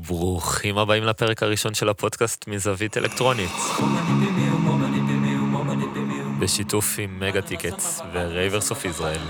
ברוכים הבאים לפרק הראשון של הפודקאסט מזווית אלקטרונית. בשיתוף עם מגה טיקטס ורייברס אוף ישראל.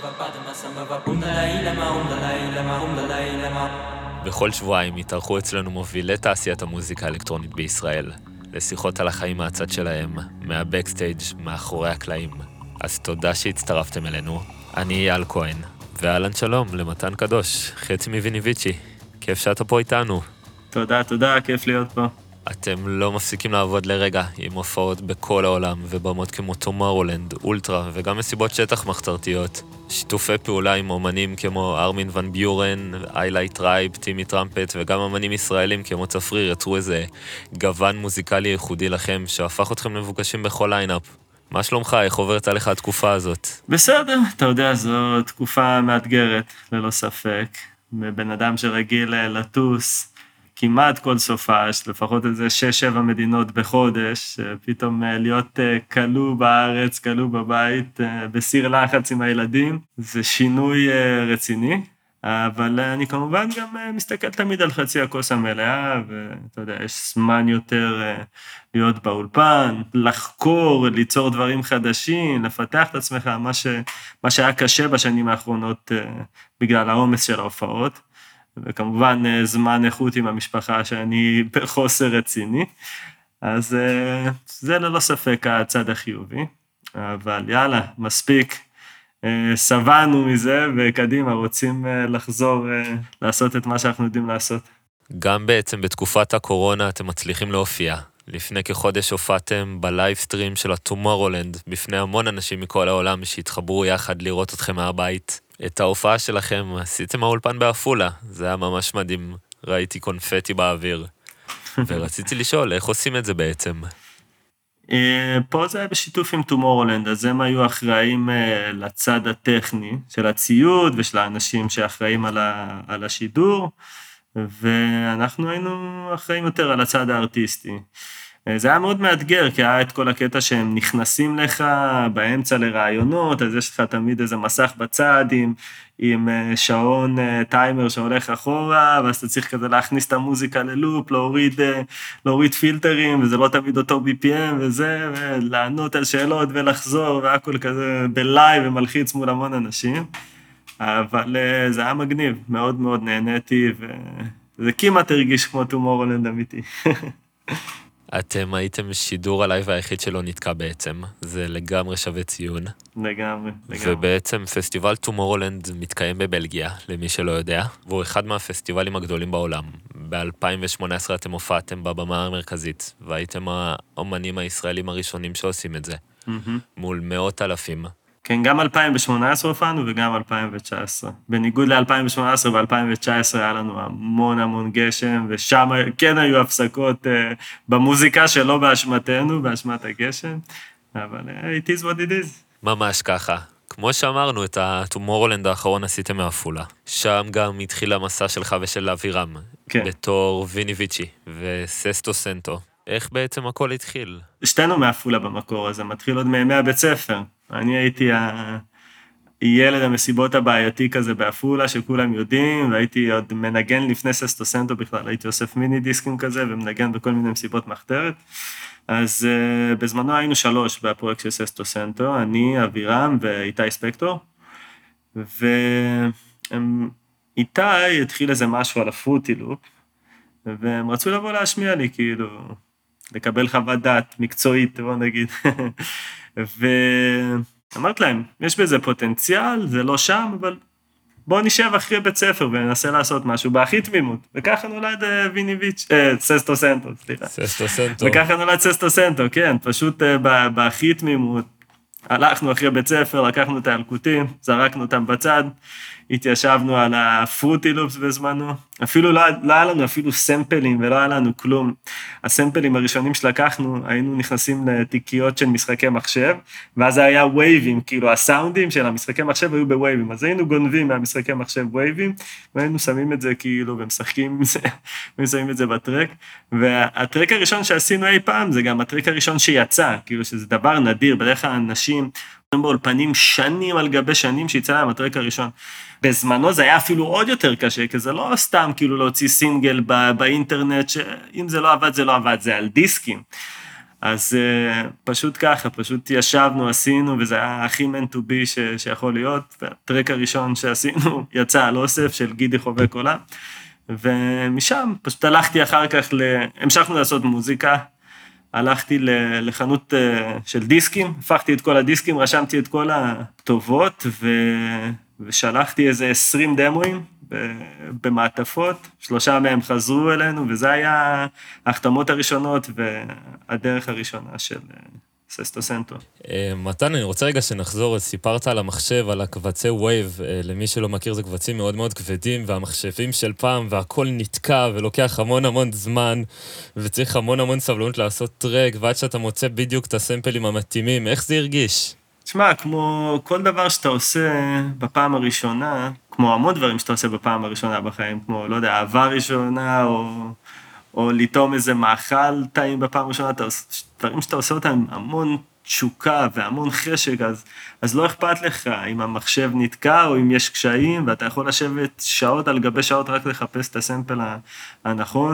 בכל שבועיים יתארחו אצלנו מובילי תעשיית המוזיקה האלקטרונית בישראל, לשיחות על החיים מהצד שלהם, מהבקסטייג', מאחורי הקלעים. אז תודה שהצטרפתם אלינו. אני אייל כהן, ואהלן שלום למתן קדוש, חצי מוויניביצ'י. כיף שאתה פה איתנו. תודה, כיף להיות פה. אתם לא מפסיקים לעבוד לרגע עם הופעות בכל העולם, ובמות כמו טומורולנד, אולטרה, וגם מסיבות שטח מחתרתיות. שיתופי פעולה עם אומנים כמו ארמין ון ביורן, איילייט טרייב, טימי טרמפט, וגם אומנים ישראלים כמו צפריר, יצרו איזה גוון מוזיקלי ייחודי לכם, שהפך אתכם למבוקשים בכל ליינאפ. מה שלומך? איך עוברת עליך התקופה הזאת? בסדר, אתה יודע, זו תקופה מאתגרת, ללא ספק. מבן אדם שרגיל לטוס כמעט כל סופש, לפחות איזה 6-7 מדינות בחודש, פתאום להיות כלוא בארץ, כלוא בבית, בסיר לחץ עם הילדים, זה שינוי רציני, אבל אני כמובן גם מסתכל תמיד על חצי הכוס המלאה, ואתה יודע, יש זמן יותר להיות באולפן, לחקור, ליצור דברים חדשים, לפתח את עצמך, מה שהיה קשה בשנים האחרונות בגלל העומס של ההופעות, וכמובן זמן איכות עם המשפחה שאני בחוסר רציני, אז זה ללא ספק הצד החיובי, אבל יאללה, מספיק, סבנו מזה וקדימה, רוצים לחזור לעשות את מה שאנחנו יודעים לעשות. גם בעצם בתקופת הקורונה אתם מצליחים להופיע. לפני כחודש הופעתם בלייבסטרים של הטומורולנד, בפני המון אנשים מכל העולם שהתחברו יחד לראות אתכם מהבית. את ההופעה שלכם עשיתם האולפן באפולה, זה היה ממש מדהים, ראיתי קונפטי באוויר. ורציתי לשאול, איך עושים את זה בעצם? פה זה היה בשיתוף עם טומורולנד, אז הם היו אחראים לצד הטכני של הציוד ושל האנשים שאחראים על השידור, ואנחנו היינו אחראים יותר על הצד הארטיסטי. זה היה מאוד מאתגר, כי היה את כל הקטע שהם נכנסים לך באמצע לרעיונות, אז יש לך תמיד איזה מסך בצד עם שעון טיימר שהולך אחורה, ואז אתה צריך כזה להכניס את המוזיקה ללופ, להוריד פילטרים, וזה לא תמיד אותו BPM וזה, ולענות על שאלות ולחזור, והכל כזה בלייב ומלחיץ מול המון אנשים. אבל זה היה מגניב, מאוד מאוד נהניתי, וזה כמעט הרגיש כמו טומורולנד אמיתי. אתם הייתם שידור הלייב היחיד שלא נתקע בעצם, זה לגמרי שווה ציון. לגמרי. ובעצם פסטיבל טומורולנד מתקיים בבלגיה, למי שלא יודע, והוא אחד מהפסטיבלים הגדולים בעולם. ב-2018 אתם הופעתם בבמה המרכזית, והייתם האומנים הישראלים הראשונים שעושים את זה, מול מאות אלפים. כן, גם 2018 הופענו וגם 2019. בניגוד ל-2018 ו-2019 היה לנו המון גשם, ושם כן היו הפסקות במוזיקה שלא באשמתנו, באשמת הגשם, אבל it is what it is. ממש ככה. כמו שאמרנו, את הטומורולנד האחרון עשיתם מאפולה. שם גם התחיל המסע שלך ושל אבירם, כן. בתור ויניביצ'י וססטו סנטו. איך בעצם הכל התחיל? שתינו מאפולה במקור הזה, מתחיל עוד מימי הבית ספר. אני הייתי הילד המסיבות הבעייתי כזה באפולה, שכולם יודעים, והייתי עוד מנגן לפני ססטו סנטו בכלל, הייתי אוסף מיני דיסקים כזה, ומנגן בכל מיני מסיבות מחתרת. אז בזמנו היינו 3 בפרויקט של ססטו סנטו, אני, אבירם ואיתי ספקטור, ואיתי התחיל איזה משהו על הפרוטי לופ, והם רצו לבוא להשמיע לי, כאילו, לקבל חוות דעת מקצועית, בוא נגיד. ואמרת להם, יש בזה פוטנציאל, זה לא שם, אבל בואו נשב אחרי בית ספר וננסה לעשות משהו בהכי תמימות. וככה נולד ססטו סנטו, סליחה. ססטו סנטו. וככה נולד ססטו סנטו, כן, פשוט בהכי תמימות. הלכנו אחרי בית ספר, לקחנו את האלקוטים, זרקנו אותם בצד, התיישבנו על הפרוטי לופס בזמנו, אפילו לא היה לנו אפילו סמפלים ולא היה לנו כלום. הסמפלים הראשונים שלקחנו, היינו נכנסים לתיקיות של משחקי מחשב, ואז היה וייבים, כאילו הסאונדים של המשחקי מחשב היו בווייבים, אז היינו גונבים מהמשחקי מחשב וייבים, והיינו שמים את זה כאילו ומשחקים עם זה, ושמים את זה בטרק, והטרק הראשון שעשינו אי פעם, זה גם הטרק הראשון שיצא, כאילו שזה דבר נדיר, בדרך כלל אנשים באולפנים שנים על גבי שנים שיצא להם הטרק הראשון. בזמנו זה היה אפילו עוד יותר קשה, כי זה לא סתם כאילו להוציא סינגל באינטרנט, שאם זה לא עבד, זה לא עבד, זה על דיסקים. אז פשוט ככה, פשוט ישבנו, עשינו, וזה היה הכי meant to be שיכול להיות. הטרק הראשון שעשינו יצא על אוסף של גידי חובק עולם, ומשם פשוט הלכתי אחר כך, המשכנו לעשות מוזיקה, הלכתי לחנות של דיסקים, הפכתי את כל הדיסקים, רשמתי את כל הכתובות, ושלחתי איזה 20 דמוים במעטפות, 3 מהם חזרו אלינו, וזה היה ההחתמות הראשונות והדרך הראשונה של ססטו סנטו. מתן, אני רוצה רגע שנחזור, סיפרת על המחשב, על הקבצי וייב, למי שלא מכיר זה קבצים מאוד מאוד כבדים, והמחשבים של פעם, והכל נתקע ולוקח המון המון זמן, וצריך המון המון סבלנות לעשות טרק, ועד שאתה מוצא בדיוק את הסמפלים המתאימים, איך זה הרגיש? תשמע, כמו כל דבר שאתה עושה בפעם הראשונה, כמו המון דברים שאתה עושה בפעם הראשונה בחיים, כמו, לא יודע, אהבה ראשונה, או לטעום איזה מאכל טעים בפעם הראשונה, דברים שאתה עושה אותם המון תשוקה והמון חשק, אז לא אכפת לך אם המחשב נתקע או אם יש קשיים, ואתה יכול לשבת שעות על גבי שעות רק לחפש את הסמפל הנכון,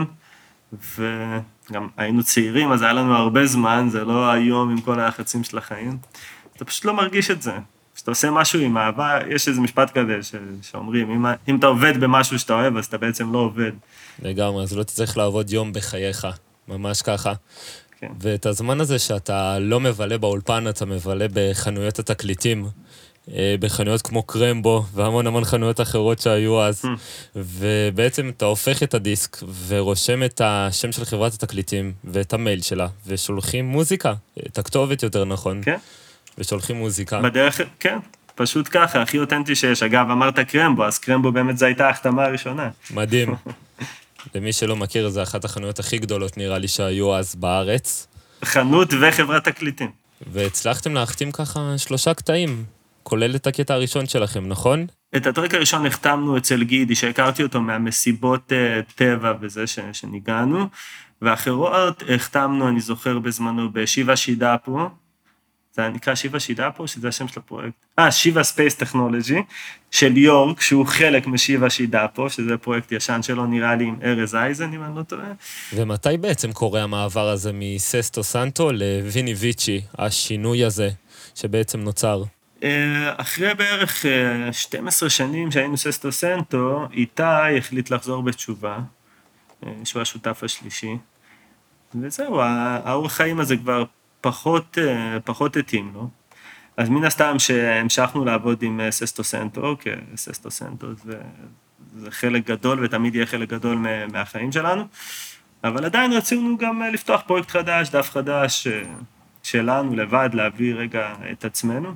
וגם היינו צעירים, אז היה לנו הרבה זמן, זה לא היום עם כל היחצים של החיים, אתה פשוט לא מרגיש את זה. כשאתה עושה משהו עם אהבה, יש איזה משפט כזה שאומרים, אם אתה עובד במשהו שאתה אוהב, אז אתה בעצם לא עובד. לגמרי, אז לא תצטרך לעבוד יום בחייך, ממש ככה. כן. ואת הזמן הזה שאתה לא מבלה באולפן, אתה מבלה בחנויות התקליטים, בחנויות כמו קרמבו, והמון המון חנויות אחרות שהיו אז, ובעצם אתה הופך את הדיסק, ורושם את השם של חברת התקליטים, ואת המייל שלה, ושולחים מוזיקה, את הכתובת יותר נכון. כן. ושולחים מוזיקה. בדרך, כן, פשוט ככה, הכי אותנטי שיש. אגב, אמרת קרמבו, אז קרמבו באמת זו הייתה ההחתמה הראשונה. מדהים. למי שלא מכיר, זה אחת החנויות הכי גדולות, נראה לי, שהיו אז בארץ. חנות וחברת תקליטים. והצלחתם להחתים ככה 3 קטעים, כולל את הקטע הראשון שלכם, נכון? את הטרק הראשון החתמנו אצל גידי, שהכרתי אותו מהמסיבות טבע וזה שניגענו, ואחרות החתמנו, אני זוכר בזמנו, בשיבה שידאפו, זה נקרא שיבה שידאפו, שזה השם של הפרויקט. שיבה ספייס טכנולוגי, של יורק, שהוא חלק משיבה שידאפו, שזה פרויקט ישן שלו, נראה לי עם ארז אייזן, אם אני לא טועה. ומתי בעצם קורה המעבר הזה מססטו סנטו לוויני ויצ'י, השינוי הזה שבעצם נוצר? אחרי בערך 12 שנים שהיינו ססטו סנטו, איתי החליט לחזור בתשובה, שהוא השותף השלישי, וזהו, האורח חיים הזה כבר פחות התאים לו. אז מן הסתם שהמשכנו לעבוד עם ססטו סנטו, כי ססטו סנטו זה חלק גדול, ותמיד יהיה חלק גדול מהחיים שלנו, אבל עדיין רצינו גם לפתוח פרויקט חדש, דף חדש שלנו לבד, להביא רגע את עצמנו,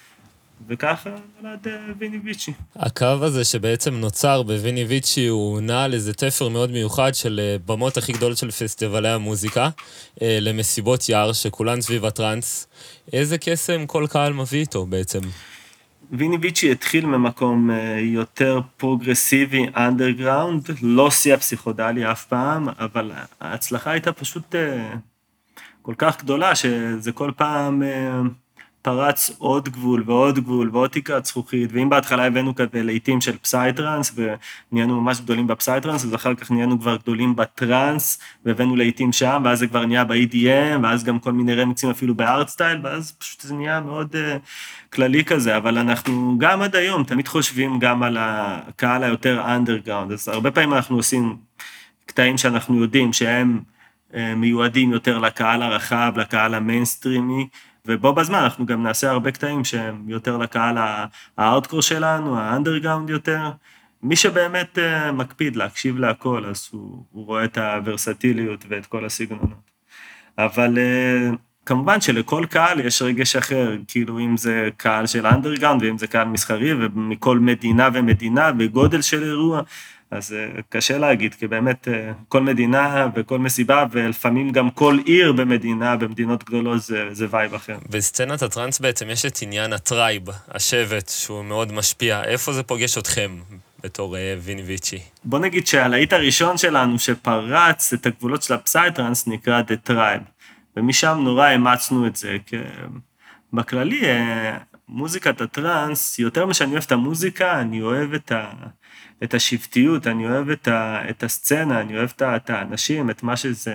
וככה נולד ויני ויצ'י. הקו הזה שבעצם נוצר בוויני ויצ'י הוא נע על איזה תפר מאוד מיוחד של במות הכי גדולות של פסטיבלי המוזיקה, למסיבות יער שכולן סביב הטרנס. איזה קסם כל קהל מביא איתו בעצם? ויני ויצ'י התחיל ממקום יותר פרוגרסיבי, אנדרגראונד, לא שיא הפסיכודלי אף פעם, אבל ההצלחה הייתה פשוט כל כך גדולה, שזה כל פעם פרץ עוד גבול ועוד גבול ועוד תקרת זכוכית, ואם בהתחלה הבאנו כזה לעיתים של פסייטרנס, ונהיינו ממש גדולים בפסייטרנס, אז אחר כך נהיינו כבר גדולים בטרנס, והבאנו לעיתים שם, ואז זה כבר נהיה ב-EDM, ואז גם כל מיני רמיקסים אפילו בארט סטייל, ואז פשוט זה נהיה מאוד כללי כזה, אבל אנחנו גם עד היום תמיד חושבים גם על הקהל היותר אנדרגראונד, אז הרבה פעמים אנחנו עושים קטעים שאנחנו יודעים שהם מיועדים יותר לקהל הרחב, לקהל המיינסטרימי, ובו בזמן אנחנו גם נעשה הרבה קטעים שהם יותר לקהל הארדקור שלנו, האנדרגראונד יותר. מי שבאמת מקפיד להקשיב להכל, אז הוא רואה את הוורסטיליות ואת כל הסגנונות. אבל כמובן שלכל קהל יש רגש אחר, כאילו אם זה קהל של אנדרגראונד, ואם זה קהל מסחרי, ומכל מדינה ומדינה, וגודל של אירוע, אז קשה להגיד, כי באמת כל מדינה וכל מסיבה, ולפעמים גם כל עיר במדינה, במדינות גדולות, זה וייב אחר. בסצנת הטרנס בעצם יש את עניין הטרייב, השבט, שהוא מאוד משפיע. איפה זה פוגש אתכם בתור ויני ויצ'י? בוא נגיד שהלהיט הראשון שלנו שפרץ את הגבולות של הפסייטרנס נקרא The Tribe, ומשם נורא אימצנו את זה, כי בכללי מוזיקת הטרנס, יותר משאני אוהב את המוזיקה, אני אוהב את השבטיות, אני אוהב את הסצנה, אני אוהב את האנשים, את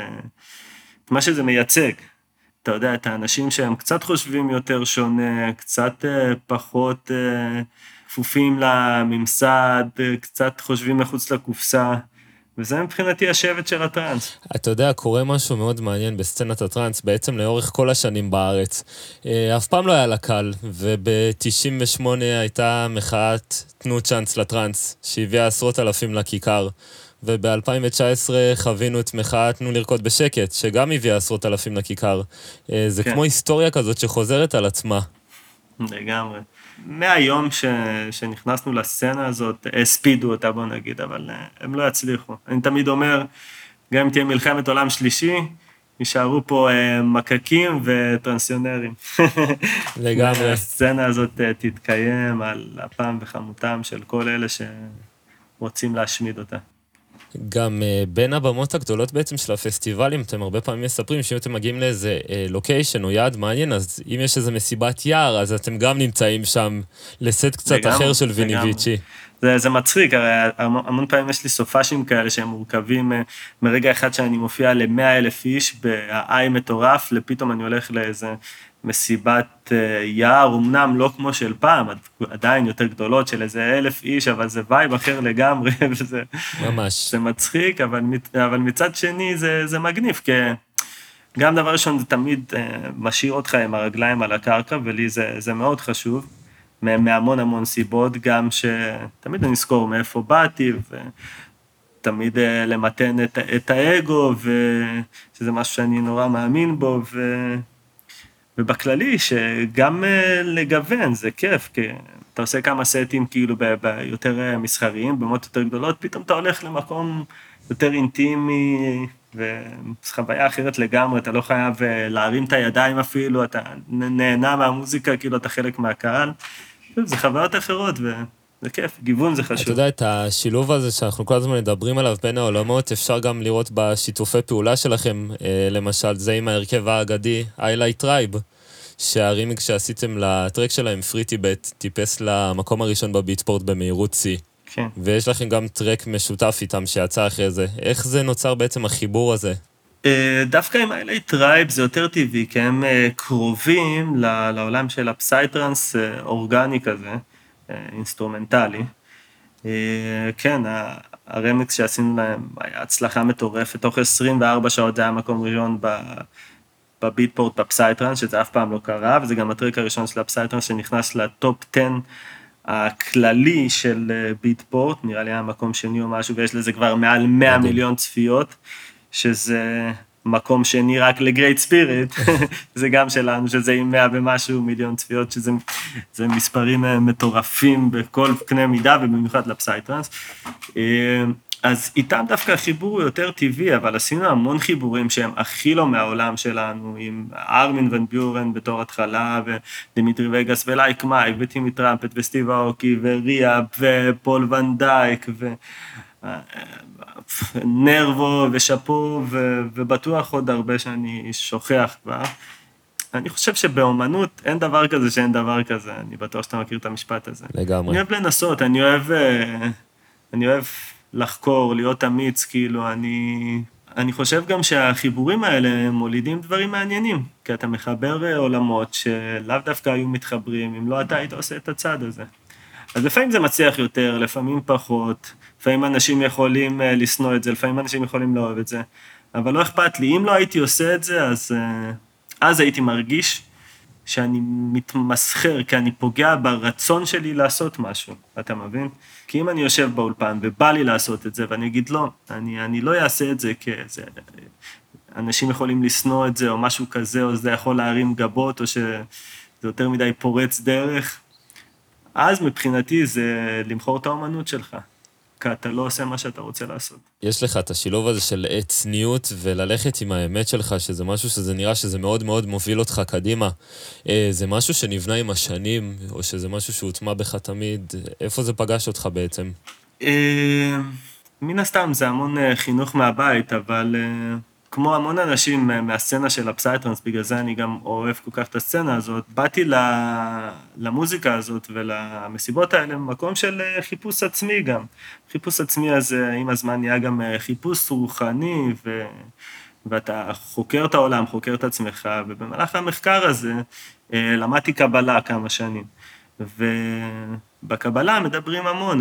מה שזה מייצג. אתה יודע, את האנשים שהם קצת חושבים יותר שונה, קצת פחות כפופים לממסד, קצת חושבים מחוץ לקופסה, וזה מבחינתי השבט של הטרנס. אתה יודע, קורה משהו מאוד מעניין בסצנת הטרנס, בעצם לאורך כל השנים בארץ. אף פעם לא היה לה קל, וב-98 הייתה מחאת תנו צ'אנס לטרנס, שהביאה עשרות אלפים לכיכר. וב-2019 חווינו את מחאת תנו לרקוד בשקט, שגם הביאה עשרות אלפים לכיכר. זה כמו היסטוריה כזאת שחוזרת על עצמה. לגמרי. מהיום שנכנסנו לסצנה הזאת, הספידו אותה, בוא נגיד, אבל הם לא יצליחו. אני תמיד אומר, גם אם תהיה מלחמת עולם שלישי, יישארו פה מקקים וטרנסיונרים. לגמרי. הסצנה הזאת תתקיים על אפם וחמותם של כל אלה שרוצים להשמיד אותה. גם בין הבמות הגדולות בעצם של הפסטיבלים, אתם הרבה פעמים מספרים שאם אתם מגיעים לאיזה לוקיישן או יעד מעניין, אז אם יש איזה מסיבת יער, אז אתם גם נמצאים שם לסט קצת אחר של ויניביצ'י. זה מצחיק, הרי המון פעמים יש לי סופשים כאלה שהם מורכבים מרגע אחד שאני מופיע ל100,000 איש בהיי מטורף, לפתאום אני הולך לאיזה מסיבת יער, אמנם לא כמו של פעם, עדיין יותר גדולות של איזה 1,000 איש, אבל זה וייב אחר לגמרי, וזה ממש. זה מצחיק, אבל מצד שני זה מגניב, כי גם דבר ראשון זה תמיד משאיר אותך עם הרגליים על הקרקע, ולי זה מאוד חשוב, מהמון המון סיבות, גם שתמיד אני אזכור מאיפה באתי, ותמיד למתן את האגו, ושזה משהו שאני נורא מאמין בו, ובכללי, שגם לגוון, זה כיף, כי אתה עושה כמה סטים כאילו ביותר מסחריים, במות יותר גדולות, פתאום אתה הולך למקום יותר אינטימי, וחוויה אחרת לגמרי, אתה לא חייב להרים את הידיים אפילו, אתה נהנה מהמוזיקה, כאילו אתה חלק מהקהל, זה חוויות אחרות, וזה כיף, גיוון זה חשוב. אתה יודע, את השילוב הזה שאנחנו כל הזמן מדברים עליו בין העולמות, אפשר גם לראות בשיתופי פעולה שלכם, למשל, זה עם ההרכב האגדי, Highlight Tribe, שהרימיק שעשיתם לטרק שלהם, פריטיבט, טיפס למקום הראשון בביטפורט במהירות C. כן. ויש לכם גם טרק משותף איתם שיצא אחרי זה. איך זה נוצר בעצם החיבור הזה? דווקא עם Highlight Tribe זה יותר טבעי, כי הם קרובים לעולם של הפסייטרנס אורגני כזה, אינסטרומנטלי. כן, הרמיקס שעשינו להם היה הצלחה מטורפת, תוך 24 שעות זה היה מקום ראשון בביטפורט בפסייטרנס, שזה אף פעם לא קרה, וזה גם הטרק הראשון של הפסייטרנס שנכנס לטופ 10 הכללי של ביטפורט, נראה לי היה מקום שני או משהו, ויש לזה כבר מעל 100 מיליון צפיות, שזה מקום שני רק לגרייט ספיריט, זה גם שלנו, שזה עם 100 ומשהו מיליון צפיות, שזה מספרים מטורפים בכל קנה מידה, ובמיוחד לפסייטרנס. אז איתם דווקא החיבור הוא יותר טבעי, אבל עשינו המון חיבורים שהם הכי לא מהעולם שלנו, עם ארמין ון ביורן בתור התחלה, ודמיטרי וגאס ולייק מייק, וטימי טראמפט, וסטיב אוקי, וריאב, ופול ון דייק, ונרבו, ושפו, ובטוח עוד הרבה שאני שוכח כבר. אני חושב שבאומנות אין דבר כזה שאין דבר כזה, אני בטוח שאתה מכיר את המשפט הזה. לגמרי. אני אוהב לנסות, אני אוהב לחקור, להיות אמיץ, כאילו, אני חושב גם שהחיבורים האלה מולידים דברים מעניינים, כי אתה מחבר עולמות שלאו דווקא היו מתחברים, אם לא אתה היית עושה את הצד הזה. אז לפעמים זה מצליח יותר, לפעמים פחות, לפעמים אנשים יכולים לשנוא את זה, לפעמים אנשים יכולים לאהוב את זה, אבל לא אכפת לי, אם לא הייתי עושה את זה, אז הייתי מרגיש שאני מתמסחר, כי אני פוגע ברצון שלי לעשות משהו, אתה מבין? כי אם אני יושב באולפן ובא לי לעשות את זה, ואני אגיד לא, אני לא אעשה את זה כזה, אנשים יכולים לשנוא את זה, או משהו כזה, או זה יכול להרים גבות, או שזה יותר מדי פורץ דרך, אז מבחינתי זה למכור את האומנות שלך, כי אתה לא עושה מה שאתה רוצה לעשות. יש לך את השילוב הזה של צניעות וללכת עם האמת שלך, שזה משהו שזה נראה שזה מאוד מאוד מוביל אותך קדימה. זה משהו שנבנה עם השנים, או שזה משהו שהוטמע בך תמיד? איפה זה פגש אותך בעצם? מן הסתם זה המון חינוך מהבית, אבל כמו המון אנשים מהסצנה של הפסייטרנס, בגלל זה אני גם אוהב כל כך את הסצנה הזאת, באתי למוזיקה הזאת ולמסיבות האלה, מקום של חיפוש עצמי גם. חיפוש עצמי הזה, עם הזמן נהיה גם חיפוש רוחני, ואתה חוקר את העולם, חוקר את עצמך, ובמהלך המחקר הזה למדתי קבלה כמה שנים. ובקבלה מדברים המון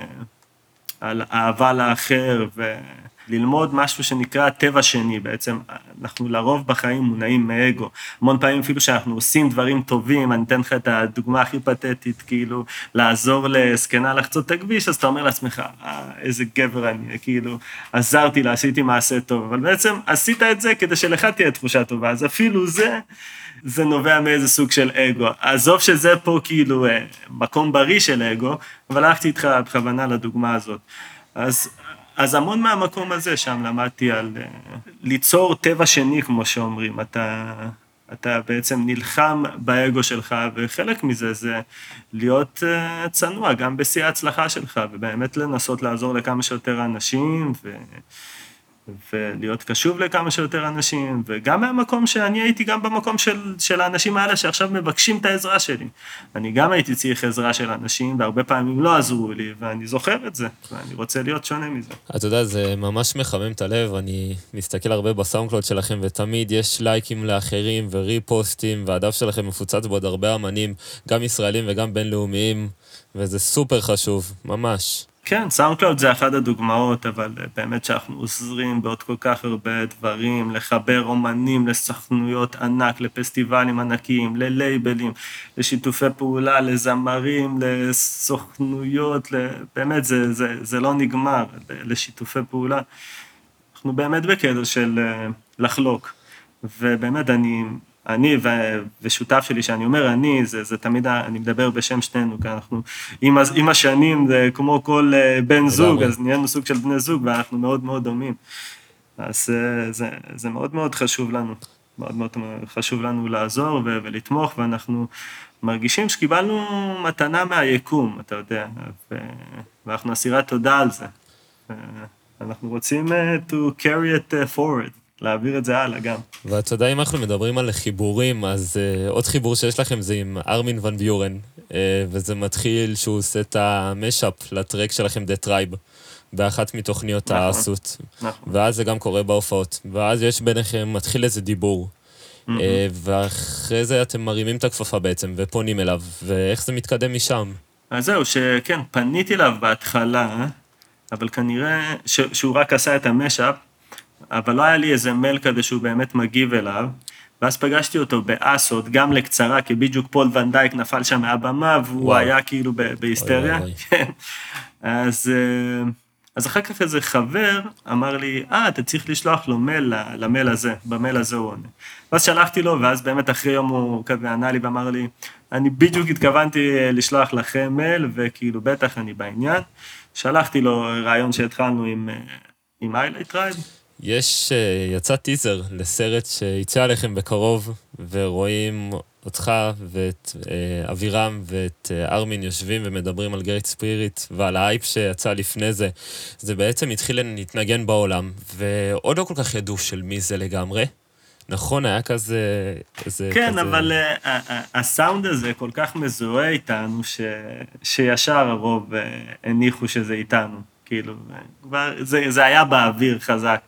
על אהבה לאחר, וללמוד משהו שנקרא טבע שני. בעצם אנחנו לרוב בחיים מונעים מאגו. המון פעמים אפילו שאנחנו עושים דברים טובים, אני אתן לך את הדוגמה הכי פתטית, כאילו לעזור לזקנה לחצות את הכביש, אז אתה אומר לעצמך, איזה גבר אני, כאילו עזרתי לה, עשיתי מעשה טוב, אבל בעצם עשית את זה כדי שלך תהיה תחושה טובה, אז אפילו זה נובע מאיזה סוג של אגו. עזוב שזה פה כאילו מקום בריא של אגו, אבל הלכתי איתך בכוונה לדוגמה הזאת. אז המון מהמקום הזה שם למדתי על ליצור טבע שני, כמו שאומרים. אתה בעצם נלחם באגו שלך, וחלק מזה זה להיות צנוע, גם בשיא ההצלחה שלך, ובאמת לנסות לעזור לכמה שיותר אנשים, ולהיות קשוב לכמה שיותר אנשים, וגם מהמקום שאני הייתי גם במקום של האנשים האלה שעכשיו מבקשים את העזרה שלי. אני גם הייתי צריך עזרה של אנשים, והרבה פעמים לא עזרו לי, ואני זוכר את זה, ואני רוצה להיות שונה מזה. אתה יודע, זה ממש מחמם את הלב, אני מסתכל הרבה בסאונדקלאוד שלכם, ותמיד יש לייקים לאחרים וריפוסטים, והדף שלכם מפוצץ בעוד הרבה אמנים, גם ישראלים וגם בינלאומיים, וזה סופר חשוב, ממש. כן, סאונדקלאוד זה אחת הדוגמאות, אבל באמת שאנחנו עוזרים בעוד כל כך הרבה דברים, לחבר אומנים לסוכנויות ענק, לפסטיבלים ענקיים, ללייבלים, לשיתופי פעולה, לזמרים, לסוכנויות, באמת זה לא נגמר, לשיתופי פעולה. אנחנו באמת בקטע של לחלוק, ובאמת אני ושותף שלי, שאני אומר זה תמיד, אני מדבר בשם שנינו, כי אנחנו, עם השנים, זה כמו כל בן זוג, אז נהיינו סוג של בני זוג, ואנחנו מאוד מאוד דומים. אז זה מאוד מאוד חשוב לנו, מאוד מאוד חשוב לנו לעזור ולתמוך, ואנחנו מרגישים שקיבלנו מתנה מהיקום, אתה יודע, ואנחנו אסירת תודה על זה. אנחנו רוצים to carry it forward. להעביר את זה הלאה גם. ואתה יודע, אם אנחנו מדברים על חיבורים, אז עוד חיבור שיש לכם זה עם ארמין ון ביורן, וזה מתחיל שהוא עושה את המשאפ לטרק שלכם, The Tribe, באחת מתוכניות העשות. נכון. ואז זה גם קורה בהופעות. ואז יש ביניכם, מתחיל איזה דיבור. ואחרי זה אתם מרימים את הכפפה בעצם, ופונים אליו, ואיך זה מתקדם משם? אז זהו, שכן, פניתי אליו בהתחלה, אבל כנראה שהוא רק עשה את המשאפ, אבל לא היה לי איזה מייל כזה שהוא באמת מגיב אליו, ואז פגשתי אותו באסות, גם לקצרה, כי בדיוק פול ון דייק נפל שם מהבמה, והוא היה כאילו בהיסטריה. אז אחר כך איזה חבר אמר לי, אתה צריך לשלוח לו מייל למייל הזה, במייל הזה הוא עונה. ואז שלחתי לו, ואז באמת אחרי יום הוא כזה ענה לי ואמר לי, אני בדיוק התכוונתי לשלוח לכם מייל, וכאילו בטח אני בעניין. שלחתי לו רעיון שהתחלנו עם היילייט טרייב. יצא טיזר לסרט שיצא עליכם בקרוב, ורואים אותך ואת אבירם ואת ארמין יושבים ומדברים על גרייט ספיריט ועל האייפ שיצא לפני זה. זה בעצם התחיל להתנגן בעולם, ועוד לא כל כך ידעו של מי זה לגמרי. נכון, היה כזה... כן, אבל הסאונד הזה כל כך מזוהה איתנו, שישר הרוב הניחו שזה איתנו. כאילו, זה היה באוויר חזק.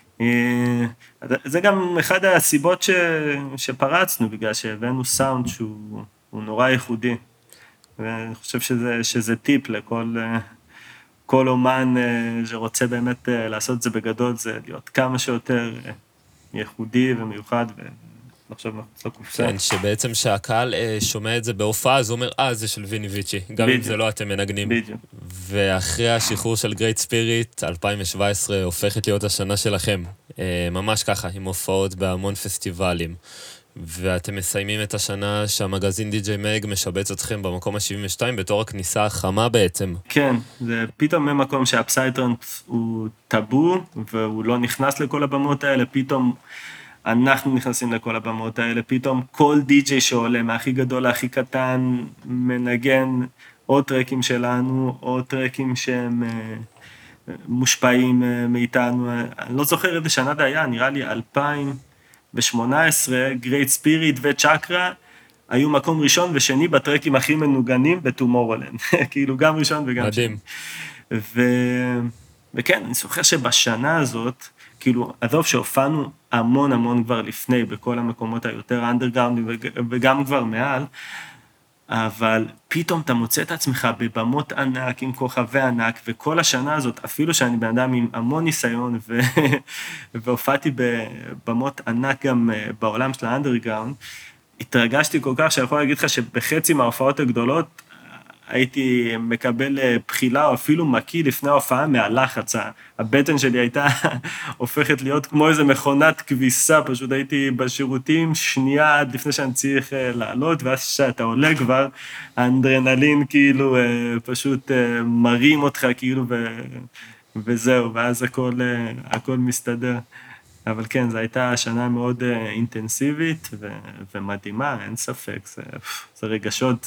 זה גם אחד הסיבות שפרצנו, בגלל שהבאנו סאונד שהוא נורא ייחודי. ואני חושב שזה טיפ לכל אומן שרוצה באמת לעשות את זה בגדול, זה להיות כמה שיותר ייחודי ומיוחד, ולחשוב מחוץ לקופסה. כן, שבעצם שהקהל שומע את זה בהופעה, אז הוא אומר, זה של ויני ויצ'י, גם אם זה לא אתם מנגנים. בדיוק. ואחרי השחרור של גרייט ספיריט, 2017 הופכת להיות השנה שלכם. ממש ככה, עם הופעות בהמון פסטיבלים. ואתם מסיימים את השנה שהמגזין די.ג'יי מג משבץ אתכם במקום ה-72 בתור הכניסה החמה בעצם. כן, זה פתאום ממקום שהפסייטרנס הוא טאבו, והוא לא נכנס לכל הבמות האלה, פתאום אנחנו נכנסים לכל הבמות האלה, פתאום כל די.ג'יי שעולה, מהכי גדול להכי קטן, מנגן או טרקים שלנו, או טרקים שהם מושפעים מאיתנו. אני לא זוכר איזה שנה זה היה, נראה לי 2018, Great Spirit וצ'קרה, היו מקום ראשון ושני בטרקים הכי מנוגנים בטומורולנד. כאילו גם ראשון וגם שני. מדהים. וכן, אני זוכר שבשנה הזאת, כאילו, עזוב שהופענו המון המון כבר לפני, בכל המקומות היותר אנדרגראונד וגם כבר מעל, אבל פתאום אתה מוצא את עצמך בבמות ענק, עם כוכבי ענק, וכל השנה הזאת, אפילו שאני בן אדם עם המון ניסיון, והופעתי בבמות ענק גם בעולם של האנדרגראונד, התרגשתי כל כך שיכול להגיד לך שבחצי מההופעות הגדולות, הייתי מקבל בחילה או אפילו מקיא לפני ההופעה מהלחץ. הבטן שלי הייתה הופכת להיות כמו איזה מכונת כביסה, פשוט הייתי בשירותים שנייה עד לפני שאני צריך לעלות, ואז שאתה עולה כבר, האנדרנלין כאילו פשוט מרים אותך כאילו, וזהו, ואז הכל מסתדר. אבל כן, זו הייתה שנה מאוד אינטנסיבית ומדהימה, אין ספק, זה רגשות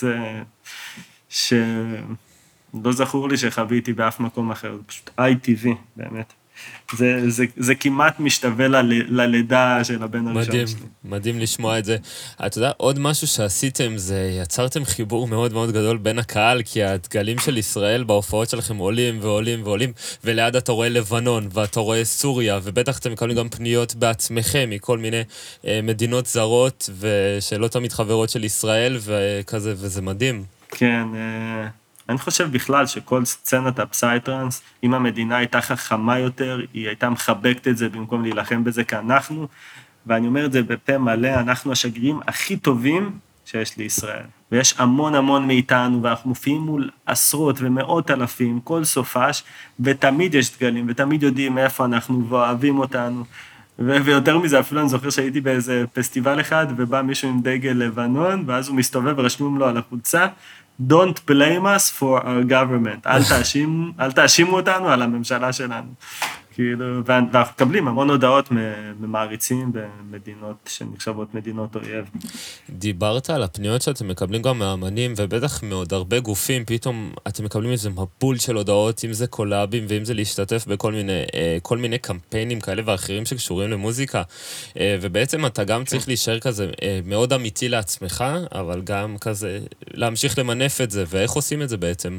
שלא זכור לי שחוויתי באף מקום אחר, זה פשוט ITV, באמת. זה כמעט משתווה ללידה של הבן הראשון מדהים, שלי. מדהים לשמוע את זה. אתה יודע, עוד משהו שעשיתם זה יצרתם חיבור מאוד מאוד גדול בין הקהל, כי הדגלים של ישראל בהופעות שלכם עולים ועולים ועולים, וליד אתה רואה לבנון ואתה רואה סוריה, ובטח אתם מקבלים גם פניות בעצמכם מכל מיני מדינות זרות, ושלא תמיד חברות של ישראל וכזה, וזה מדהים. כן, אני חושב בכלל שכל סצנת הפסייטרנס, אם המדינה הייתה חכמה יותר, היא הייתה מחבקת את זה במקום להילחם בזה כאנחנו, ואני אומר את זה בפה מלא, אנחנו השגרירים הכי טובים שיש לישראל. ויש המון המון מאיתנו, ואנחנו מופיעים מול עשרות ומאות אלפים, כל סופש, ותמיד יש דגלים, ותמיד יודעים איפה אנחנו, ואוהבים אותנו. ויותר מזה, אפילו אני זוכר שהייתי באיזה פסטיבל אחד, ובא מישהו עם דגל לבנון, ואז הוא מסתובב ורשמו לו על החולצה, Don't blame us for our government. אל תאשימו אותנו על הממשלה שלנו. כאילו, ואנחנו מקבלים המון הודעות ממעריצים במדינות שנחשבות מדינות אויב. דיברת על הפניות שאתם מקבלים גם מהאמנים, ובטח מעוד הרבה גופים, פתאום אתם מקבלים איזה מבול של הודעות, אם זה קולאבים, ואם זה להשתתף בכל מיני קמפיינים כאלה ואחרים שקשורים למוזיקה, ובעצם אתה גם צריך להישאר כזה מאוד אמיתי לעצמך, אבל גם כזה להמשיך למנף את זה, ואיך עושים את זה בעצם?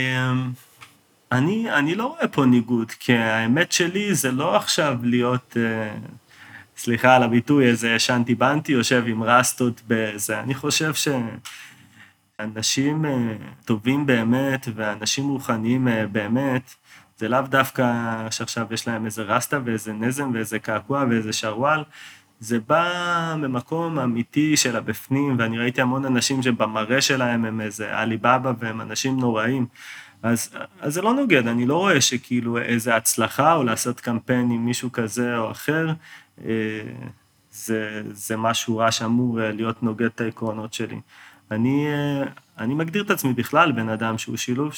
אני לא רואה פה ניגוד, כי האמת שלי זה לא עכשיו להיות, סליחה על הביטוי, איזה שנטי בנטי יושב עם רסטות בזה. אני חושב שאנשים טובים באמת, ואנשים רוחניים באמת, זה לאו דווקא שעכשיו יש להם איזה רסטה ואיזה נזם ואיזה קעקוע ואיזה שרוואל, זה בא ממקום אמיתי של הבפנים, ואני ראיתי המון אנשים שבמראה שלהם הם איזה עליבאבא והם אנשים נוראים. אז זה לא נוגד, אני לא רואה שכאילו איזה הצלחה או לעשות קמפיין עם מישהו כזה או אחר, זה משהו רע שאמור להיות נוגד את העקרונות שלי. אני מגדיר את עצמי בכלל בן אדם שהוא שילוב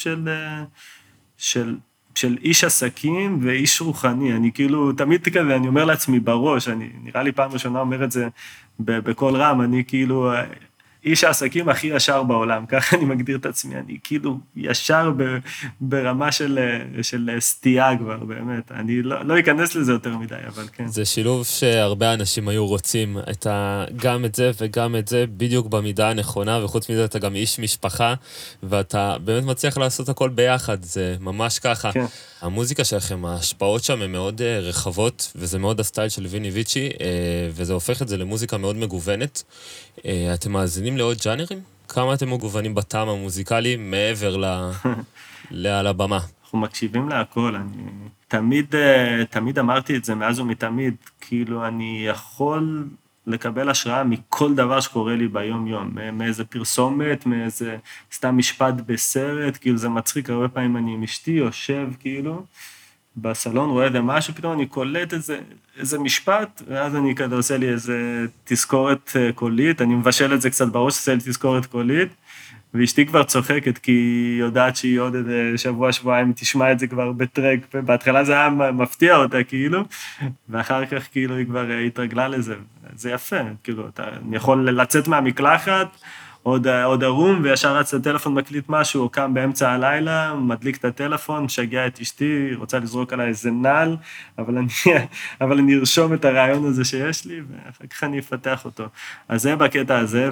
של איש עסקים ואיש רוחני. אני כאילו תמיד כזה, אני אומר לעצמי בראש, נראה לי פעם ראשונה אומר את זה בכל רם, אני כאילו איש העסקים הכי ישר בעולם, ככה אני מגדיר את עצמי, אני כאילו ישר ברמה של סטייה כבר, באמת, אני לא אכנס לזה יותר מדי, אבל כן. זה שילוב שהרבה אנשים היו רוצים, גם את זה וגם את זה, בדיוק במידה הנכונה, וחוץ מזה אתה גם איש משפחה, ואתה באמת מצליח לעשות הכל ביחד, זה ממש ככה. כן. המוזיקה שלכם, ההשפעות שם הן מאוד רחבות, וזה מאוד הסטייל של ויני ויצ'י, וזה הופך את זה למוזיקה מאוד מגוונת. אתם מאזינים לעוד ג'אנרים? כמה אתם מגוונים בטעם המוזיקלי מעבר על הבמה? אנחנו מקשיבים להכל, אני תמיד אמרתי את זה מאז ומתמיד, כאילו אני יכול לקבל השראה מכל דבר שקורה לי ביום יום, מאיזה פרסומת, מאיזה סתם משפט בסרט, כאילו זה מצחיק, הרבה פעמים אני עם אשתי, יושב כאילו, בסלון רואה איזה משהו, פתאום אני קולט איזה משפט, ואז אני כזה עושה לי איזה תזכורת קולית, אני מבשל את זה קצת בראש, עושה לי תזכורת קולית, ואשתי כבר צוחקת, כי היא יודעת שהיא עוד איזה שבוע-שבועיים תשמע את זה כבר בטרק, ובהתחלה זה היה מפתיע אותה כאילו, ואחר כך כאילו היא כבר התרגלה לזה, זה יפה, כאילו, אני יכול לצאת מהמקלחת, עוד ערום, וישר רץ לטלפון, מקליט משהו, או קם באמצע הלילה, מדליק את הטלפון, משגע את אשתי, רוצה לזרוק עליי איזה נעל, אבל אני ארשום את הרעיון הזה שיש לי, ואחר כך אני אפתח אותו. אז זה בקטע הזה,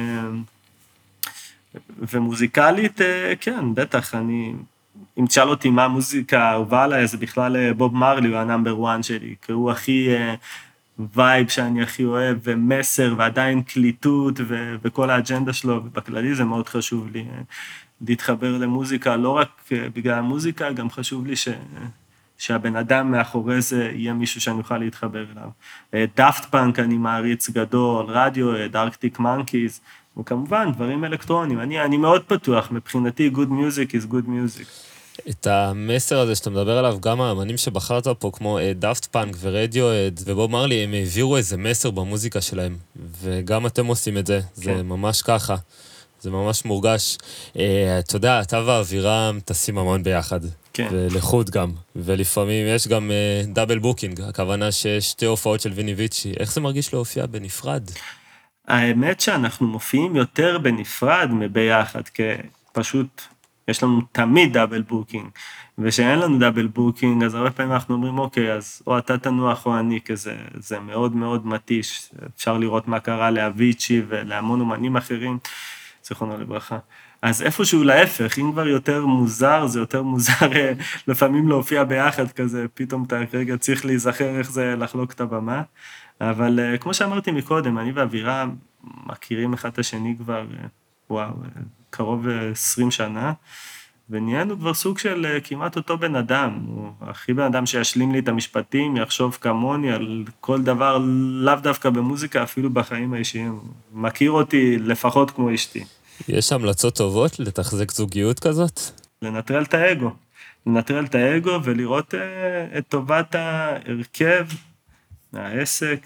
ומוזיקלית, כן, בטח, אם תשאל אותי מה המוזיקה האהובה עליי, זה בכלל בוב מרלי, הוא הנאמבר 1 שלי, כי הוא הכי וייב שאני הכי אוהב, ומסר, ועדיין קליטות, וכל האג'נדה שלו, ובכללי זה מאוד חשוב לי להתחבר למוזיקה, לא רק בגלל המוזיקה, גם חשוב לי שהבן אדם מאחורי זה יהיה מישהו שאני אוכל להתחבר אליו. דאפט פאנק אני מעריץ גדול, רדיו, ארקטיק מנקיז, וכמובן דברים אלקטרונים. אני מאוד פתוח, מבחינתי good music is good music. את המסר הזה שאתה מדבר עליו, גם האמנים שבחרת פה, כמו דאפט פאנק ורדיואד ובוב מרלי, הם העבירו איזה מסר במוזיקה שלהם, וגם אתם עושים את זה, זה ממש ככה, זה ממש מורגש. אתה יודע, אתה והאווירה טסים המון ביחד, ולחוד גם, ולפעמים יש גם דאבל בוקינג, הכוונה שיש 2 הופעות של ויני ויצ'י, איך זה מרגיש להופיע בנפרד? האמת שאנחנו מופיעים יותר בנפרד מביחד, כי פשוט יש לנו תמיד דאבל בוקינג, ושאין לנו דאבל בוקינג, אז הרבה פעמים אנחנו אומרים, אוקיי, אז או אתה תנוח או אני, כי זה מאוד מאוד מתיש, אפשר לראות מה קרה לאביצ'י ולהמון אומנים אחרים, זכרונו לברכה. אז איפשהו להפך, אם כבר יותר מוזר, זה יותר מוזר לפעמים להופיע ביחד כזה, פתאום אתה רגע צריך להיזכר איך זה לחלוק את הבמה, אבל כמו שאמרתי מקודם, אני ואווירה מכירים אחד את השני כבר, וואו, קרוב 20 שנה, ונהיינו כבר סוג של כמעט אותו בן אדם, הוא הכי בן אדם שישלים לי את המשפטים, יחשוב כמוני על כל דבר, לאו דווקא במוזיקה, אפילו בחיים האישיים, מכיר אותי לפחות כמו אשתי. יש המלצות טובות לתחזק זוגיות כזאת? לנטרל את האגו. לנטרל את האגו ולראות את טובת ההרכב, העסק,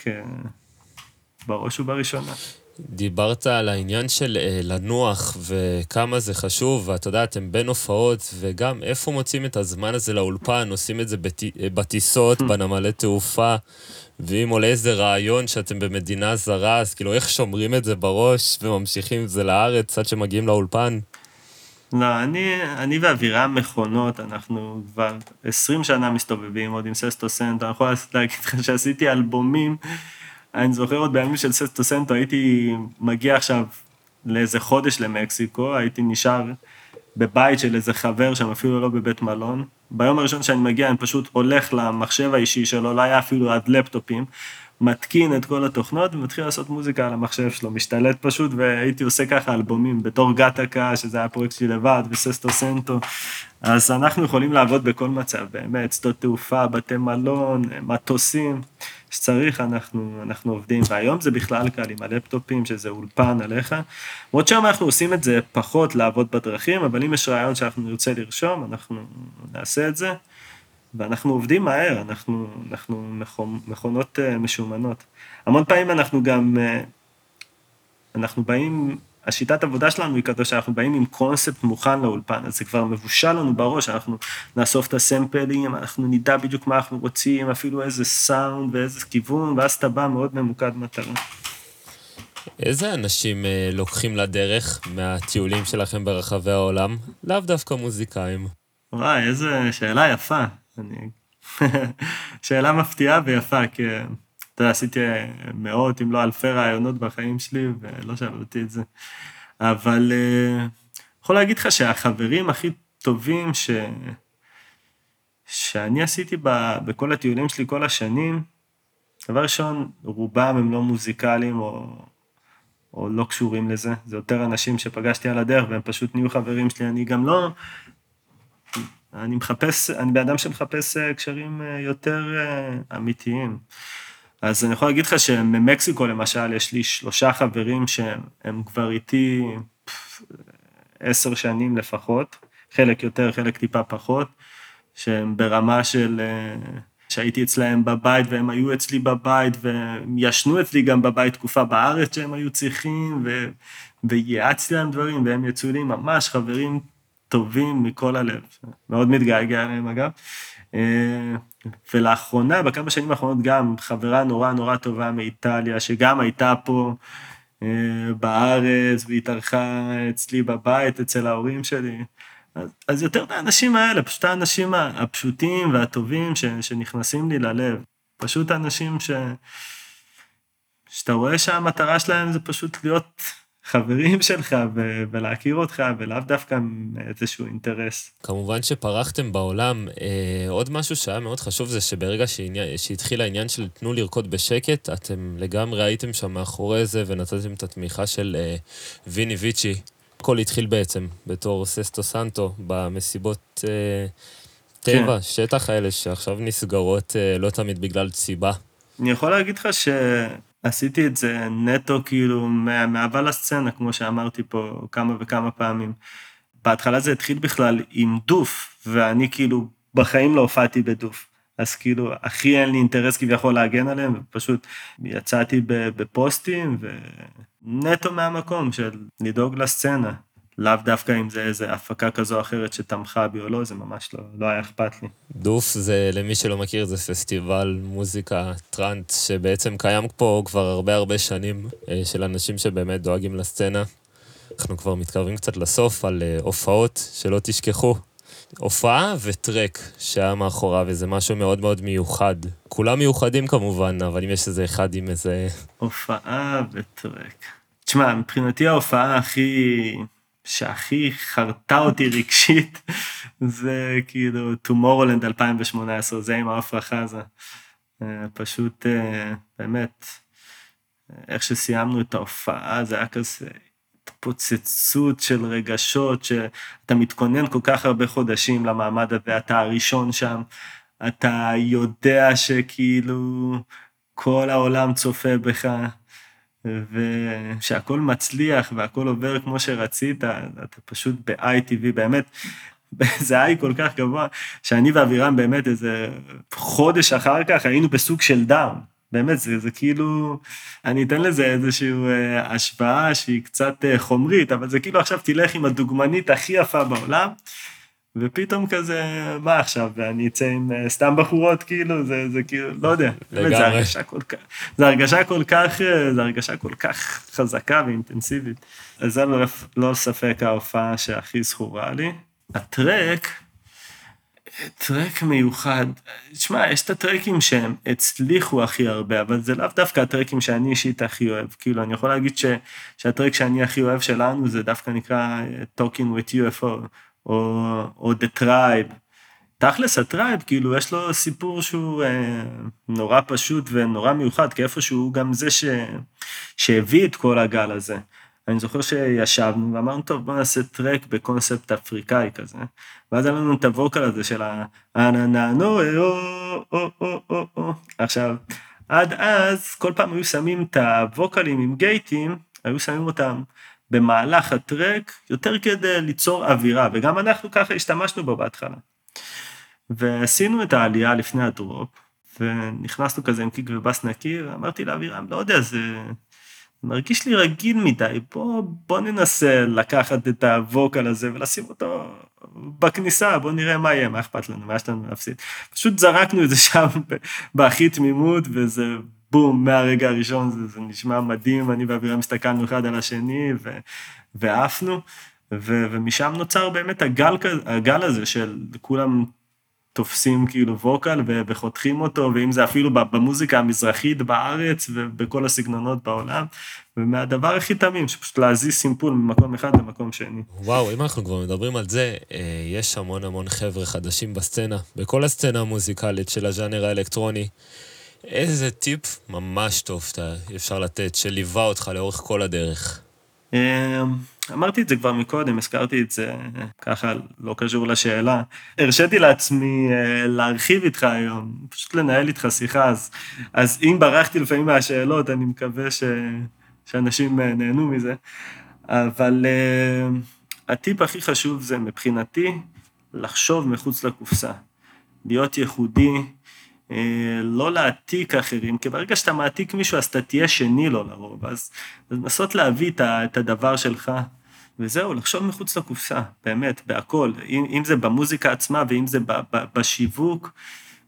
בראש ובראשונה. דיברת על העניין של לנוח וכמה זה חשוב, ואתה יודע, אתם בין הופעות, וגם איפה מוצאים את הזמן הזה לאולפן, עושים את זה בטיסות, בנמלי תעופה, ואם עולה איזה רעיון שאתם במדינה זרה, אז כאילו איך שומרים את זה בראש וממשיכים את זה לארץ עד שמגיעים לאולפן? לא, אני ואווירה מכונות, אנחנו כבר 20 שנה מסתובבים עוד עם ססטו סנטו, אני יכול להגיד לך שעשיתי אלבומים, אני זוכר עוד בימים של ססטו סנטו, הייתי מגיע עכשיו לאיזה חודש למקסיקו, הייתי נשאר בבית של איזה חבר שם, אפילו לא בבית מלון. ביום הראשון שאני מגיע, אני פשוט הולך למחשב האישי שלו, לא היה אפילו עד לפטופים, מתקין את כל התוכנות ומתחיל לעשות מוזיקה על המחשב שלו, משתלט פשוט, והייתי עושה ככה אלבומים, בתור גטקה, שזה היה פרויקט שלי לבד, וססטו סנטו, אז אנחנו יכולים לעבוד בכל מצב, באמת, שדות תעופה, בתי מלון, מטוסים, שצריך, אנחנו עובדים, והיום זה בכלל קל עם הלפטופים, שזה אולפן עליך, עוד שם אנחנו עושים את זה פחות לעבוד בדרכים, אבל אם יש רעיון שאנחנו נרצה לרשום, אנחנו נעשה את זה, ואנחנו עובדים מהר, אנחנו מכונות משומנות. המון פעמים אנחנו גם, אנחנו באים, השיטת עבודה שלנו היא כזו שאנחנו באים עם קונספט מוכן לאולפן, אז זה כבר מבושל לנו בראש, אנחנו נאסוף את הסמפלים, אנחנו נדע בדיוק מה אנחנו רוצים, אפילו איזה סאונד ואיזה כיוון, ואז אתה בא מאוד ממוקד מטרה. איזה אנשים לוקחים לדרך מהטיולים שלכם ברחבי העולם? לאו דווקא מוזיקאים. וואי, איזו שאלה יפה. שאלה מפתיעה ויפה, כי אתה יודע, עשיתי מאות אם לא אלפי רעיונות בחיים שלי, ולא שאלו אותי את זה. אבל יכול להגיד לך שהחברים הכי טובים שאני עשיתי בכל הטיולים שלי כל השנים, דבר ראשון, רובם הם לא מוזיקליים או לא קשורים לזה, זה יותר אנשים שפגשתי על הדרך, והם פשוט נהיו חברים שלי, אני גם לא... אני באדם שמחפש קשרים יותר אמיתיים. אז אני יכול להגיד לך שממקסיקו למשל, יש לי 3 חברים שהם כבר איתי 10 שנים לפחות, חלק יותר, חלק טיפה פחות, שהם ברמה של... שהייתי אצלהם בבית, והם היו אצלי בבית, והם ישנו אצלי גם בבית תקופה בארץ שהם היו צריכים, וייעצתי להם דברים, והם יצאו לי ממש חברים טובים מכל הלב, מאוד מתגעגע עליהם אגב, ולאחרונה, בכמה שנים האחרונות גם, חברה נורא נורא טובה מאיטליה, שגם הייתה פה, בארץ, והתארחה אצלי בבית, אצל ההורים שלי. אז יותר את האנשים האלה, פשוט האנשים הפשוטים והטובים שנכנסים לי ללב. פשוט האנשים שאתה רואה שהמטרה שלהם זה פשוט להיות חברים שלך ולהכיר אותך, ולאו דווקא איזשהו אינטרס. כמובן שפרחתם בעולם, עוד משהו שהיה מאוד חשוב זה שברגע שהתחיל העניין של תנו לרקוד בשקט, אתם לגמרי הייתם שם מאחורי זה ונתתם את התמיכה של ויני ויצ'י. הכל התחיל בעצם בתור ססטו סנטו במסיבות טבע, שטח האלה שעכשיו נסגרות לא תמיד בגלל סיבה. אני יכול להגיד לך שעשיתי את זה נטו כאילו מאהבה לסצנה, כמו שאמרתי פה כמה וכמה פעמים. בהתחלה זה התחיל בכלל עם דוף, ואני כאילו בחיים לא הופעתי בדוף. אז כאילו, הכי אין לי אינטרס כביכול להגן עליהם, ופשוט יצאתי בפוסטים, ונטו מהמקום של לדאוג לסצנה. לאו דווקא אם זה איזו הפקה כזו או אחרת שתמכה בי או לא, זה ממש לא היה אכפת לי. דוף זה, למי שלא מכיר, זה פסטיבל מוזיקה טרנט, שבעצם קיים פה כבר הרבה שנים, של אנשים שבאמת דואגים לסצנה. אנחנו כבר מתקרבים קצת לסוף על הופעות שלא תשכחו. הופעה וטרק שהיה מאחורה, וזה משהו מאוד מאוד מיוחד. כולם מיוחדים כמובן, אבל אם יש איזה אחד עם איזה... הופעה וטרק. תשמע, מבחינתי ההופעה שהכי חרטה אותי רגשית, זה כאילו Tomorrowland 2018, זה עם העפרה חזה. פשוט, באמת, איך שסיימנו את ההופעה, זה היה כזה התפוצצות של רגשות, שאתה מתכונן כל כך הרבה חודשים למעמד הזה, אתה הראשון שם, אתה יודע שכאילו כל העולם צופה בך, ושהכל מצליח והכל עובר כמו שרצית, אתה פשוט ב-ITV, באמת, זה היה כל כך גבוה, שאני ואבירם באמת איזה חודש אחר כך היינו בסוג של דם, באמת, זה כאילו, אני אתן לזה איזושהי השפעה שהיא קצת חומרית, אבל זה כאילו עכשיו תלך עם הדוגמנית הכי יפה בעולם, ופתאום כזה, מה עכשיו, ואני אצא עם סתם בחורות, כאילו, זה כאילו, לא יודע, באמת, זה הרגשה כל כך חזקה ואינטנסיבית. אז זה לא ספק ההופעה שהכי זכורה לי. טרק מיוחד, תשמע, יש את הטרקים שהם הצליחו הכי הרבה, אבל זה לאו דווקא הטרקים שאני אישית הכי אוהב, כאילו, אני יכול להגיד שהטרק שאני הכי אוהב שלנו, זה דווקא נקרא Talking with UFO, או The Tribe. תכלס הטרייב, כאילו, יש לו סיפור שהוא נורא פשוט ונורא מיוחד, כי איפשהו גם זה שהביא את כל הגל הזה. אני זוכר שישבנו ואמרנו, טוב, בוא נעשה טרק בקונספט אפריקאי כזה, ואז היה לנו את הווקל הזה של עכשיו, עד אז, כל פעם היו שמים את הווקלים עם גייטים, היו שמים אותם במהלך הטרק, יותר כדי ליצור אווירה, וגם אנחנו ככה השתמשנו בו בהתחלה. ועשינו את העלייה לפני הדרופ, ונכנסנו כזה עם קיק ובס נקי, ואמרתי לאווירם, לא יודע, זה מרגיש לי רגיל מדי, בוא ננסה לקחת את הווקל הזה, ולשים אותו בכניסה, בוא נראה מה יהיה, מה אכפת לנו, מה יש לנו להפסיד. פשוט זרקנו את זה שם בהכי תמימות, וזה בום, מהרגע הראשון, זה נשמע מדהים, אני ואווירם הסתכלנו אחד על השני, ועפנו, ומשם נוצר באמת הגל הזה של כולם תופסים כאילו ווקל וחותכים אותו, ואם זה אפילו במוזיקה המזרחית בארץ ובכל הסגנונות בעולם, ומהדבר הכי תמים, שפשוט להזיז סימפול ממקום אחד למקום שני. וואו, אם אנחנו כבר מדברים על זה, יש המון חבר'ה חדשים בסצנה, בכל הסצנה המוזיקלית של הז'אנר האלקטרוני. איזה טיפ ממש טוב אפשר לתת, שליווה אותך לאורך כל הדרך? אמרתי את זה כבר מקודם, הזכרתי את זה ככה, לא קשור לשאלה. הרשיתי לעצמי להרחיב איתך היום, פשוט לנהל איתך שיחה, אז אם ברחתי לפעמים מהשאלות, אני מקווה שאנשים נהנו מזה. אבל הטיפ הכי חשוב זה מבחינתי, לחשוב מחוץ לקופסה, להיות ייחודי, לא להעתיק אחרים, כי ברגע שאתה מעתיק מישהו, אז אתה תהיה שני לו לרוב, אז לנסות להביא את הדבר שלך, וזהו, לחשוב מחוץ לקופסה, באמת, בהכל, אם זה במוזיקה עצמה, ואם זה בשיווק,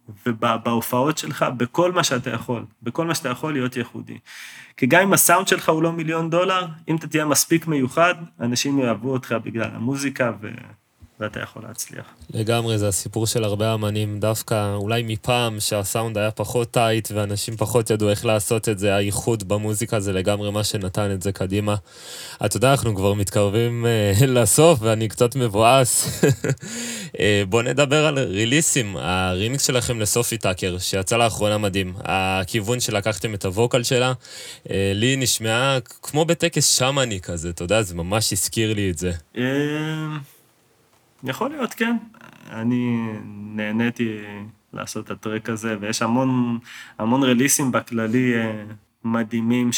ובהופעות שלך, בכל מה שאתה יכול, בכל מה שאתה יכול להיות ייחודי. כי גם אם הסאונד שלך הוא לא $1,000,000, אם אתה תהיה מספיק מיוחד, אנשים יאהבו אותך בגלל המוזיקה, ואתה יכול להצליח. לגמרי, זה הסיפור של הרבה אמנים, דווקא אולי מפעם שהסאונד היה פחות טייט, ואנשים פחות ידעו איך לעשות את זה, הייחוד במוזיקה זה לגמרי מה שנתן את זה קדימה. אתה יודע, אנחנו כבר מתקרבים לסוף, ואני קצת מבואס. בוא נדבר על ריליסים, הרימיקס שלכם לסופי טאקר, שיצא לאחרונה מדהים. הכיוון שלקחתם את הווקל שלה, לי נשמעה כמו בטקס שמאני כזה, אתה יודע, זה ממש הזכיר לי את זה. יכול להיות, כן. אני נהניתי לעשות את הטרק הזה, ויש המון רליסים בכללי מדהימים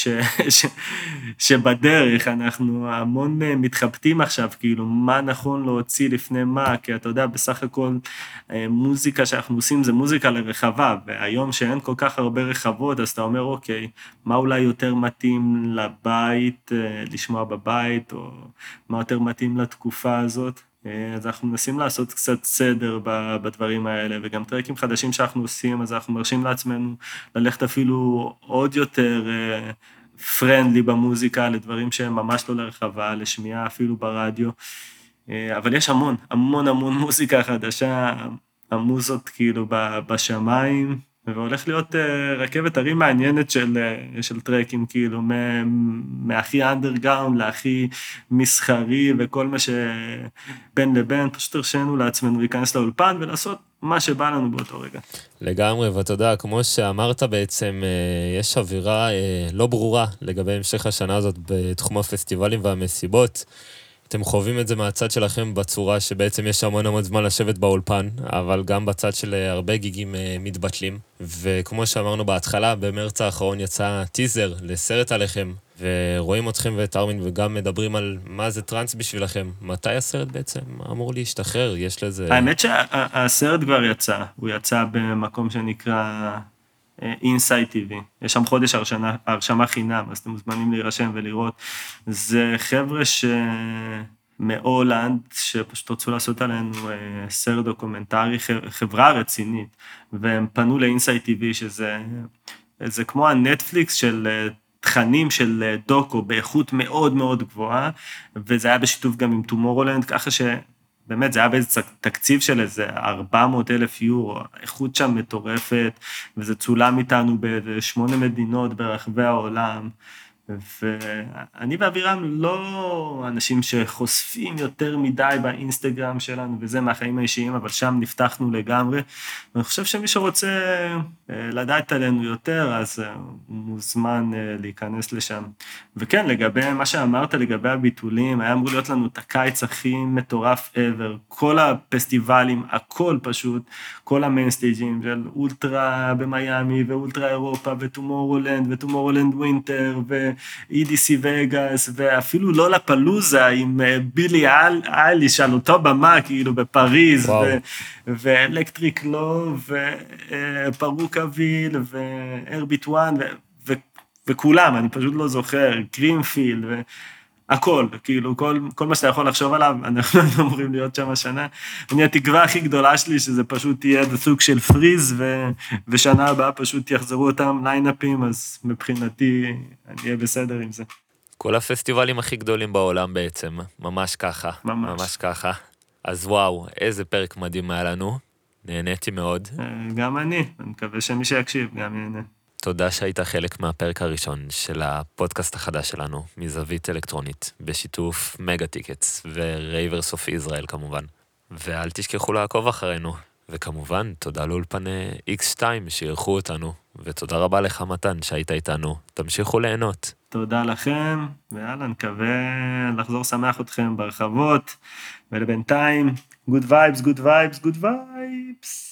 שבדרך אנחנו המון מתחבטים עכשיו, כאילו מה נכון להוציא לפני מה, כי אתה יודע, בסך הכל מוזיקה שאנחנו עושים זה מוזיקה לרחבה, והיום שאין כל כך הרבה רחבות, אז אתה אומר, אוקיי, מה אולי יותר מתאים לבית, לשמוע בבית, או מה יותר מתאים לתקופה הזאת. אז אנחנו מנסים לעשות קצת סדר בדברים האלה, וגם טרקים חדשים שאנחנו עושים, אז אנחנו מרשים לעצמנו ללכת אפילו עוד יותר פרנדלי במוזיקה, לדברים שהם ממש לא לרחבה, לשמיעה אפילו ברדיו, אבל יש המון מוזיקה חדשה, המוזות כאילו בשמיים, והולך להיות רכבת הרים מעניינת של טרקים, כאילו, מהכי אנדרגאונד להכי מסחרי, וכל מה שבין לבין, פשוט הרשנו לעצמנו להיכנס לאולפן, ולעשות מה שבא לנו באותו רגע. לגמרי, ואתה יודע, כמו שאמרת בעצם, יש אווירה לא ברורה לגבי המשך השנה הזאת בתחום הפסטיבלים והמסיבות. אתם חווים את זה מהצד שלכם בצורה שבעצם יש המון זמן לשבת באולפן, אבל גם בצד של הרבה גיגים מתבטלים. וכמו שאמרנו בהתחלה, במרץ האחרון יצא טיזר לסרט עליכם, ורואים אתכם ואת ארמין וגם מדברים על מה זה טרנס בשבילכם. מתי הסרט בעצם אמור להשתחרר? יש לזה... האמת שהסרט כבר יצא, הוא יצא במקום שנקרא Inside TV. יש שם חודש הרשמה חינם, אז אתם מוזמנים להירשם ולראות. זה חבר'ה מהולנד, שפשוט רצו לעשות עלינו סרט דוקומנטרי, חברה רצינית, והם פנו ל-Inside TV, שזה כמו הנטפליקס של תכנים של דוקו, באיכות מאוד גבוהה, וזה היה בשיתוף גם עם טומורולנד, ככה באמת זה היה באיזה תקציב של איזה 400,000 יורו, איכות שם מטורפת, וזה צולם איתנו ב8 מדינות ברחבי העולם, ואני ואבירם לא אנשים שחושפים יותר מדי באינסטגרם שלנו, וזה מהחיים האישיים, אבל שם נפתחנו לגמרי, ואני חושב שמי שרוצה לדעת עלינו יותר, אז מוזמן להיכנס לשם. וכן, לגבי מה שאמרת לגבי הביטולים, היה אמור להיות לנו את הקיץ הכי מטורף ever, כל הפסטיבלים, הכל פשוט, כל המיינסטייג'ים של אולטרה במיימי, ואולטרה אירופה, וטומורולנד ווינטר, ו-EDC וגאס, ואפילו לא לפלוזה, עם בילי אייליש על אותו במה, כאילו בפריז, ואלקטריק לו, ופרוקוויל, וארביט וואן, וכולם, אני פשוט לא זוכר, גרינפילד, הכל, כאילו, כל מה שאתה יכול לחשוב עליו, אנחנו אמורים להיות שם השנה. אני התקווה הכי גדולה שלי, שזה פשוט תהיה סוג של פריז, ושנה הבאה פשוט יחזרו אותם ליינאפים, אז מבחינתי אני אהיה בסדר עם זה. כל הפסטיבלים הכי גדולים בעולם בעצם, ממש ככה. ממש ככה. אז וואו, איזה פרק מדהים היה לנו, נהניתי מאוד. גם אני מקווה שמי שיקשיב גם ייהנה. תודה שהיית חלק מהפרק הראשון של הפודקאסט החדש שלנו, מזווית אלקטרונית, בשיתוף מגה טיקטס ורייברס אוף ישראל כמובן. ואל תשכחו לעקוב אחרינו. וכמובן, תודה לאולפני X2 שאירחו אותנו, ותודה רבה לך מתן שהיית איתנו. תמשיכו ליהנות. תודה לכם, ויאללה, נקווה לחזור שמח אתכם ברחבות, ולבינתיים, good vibes.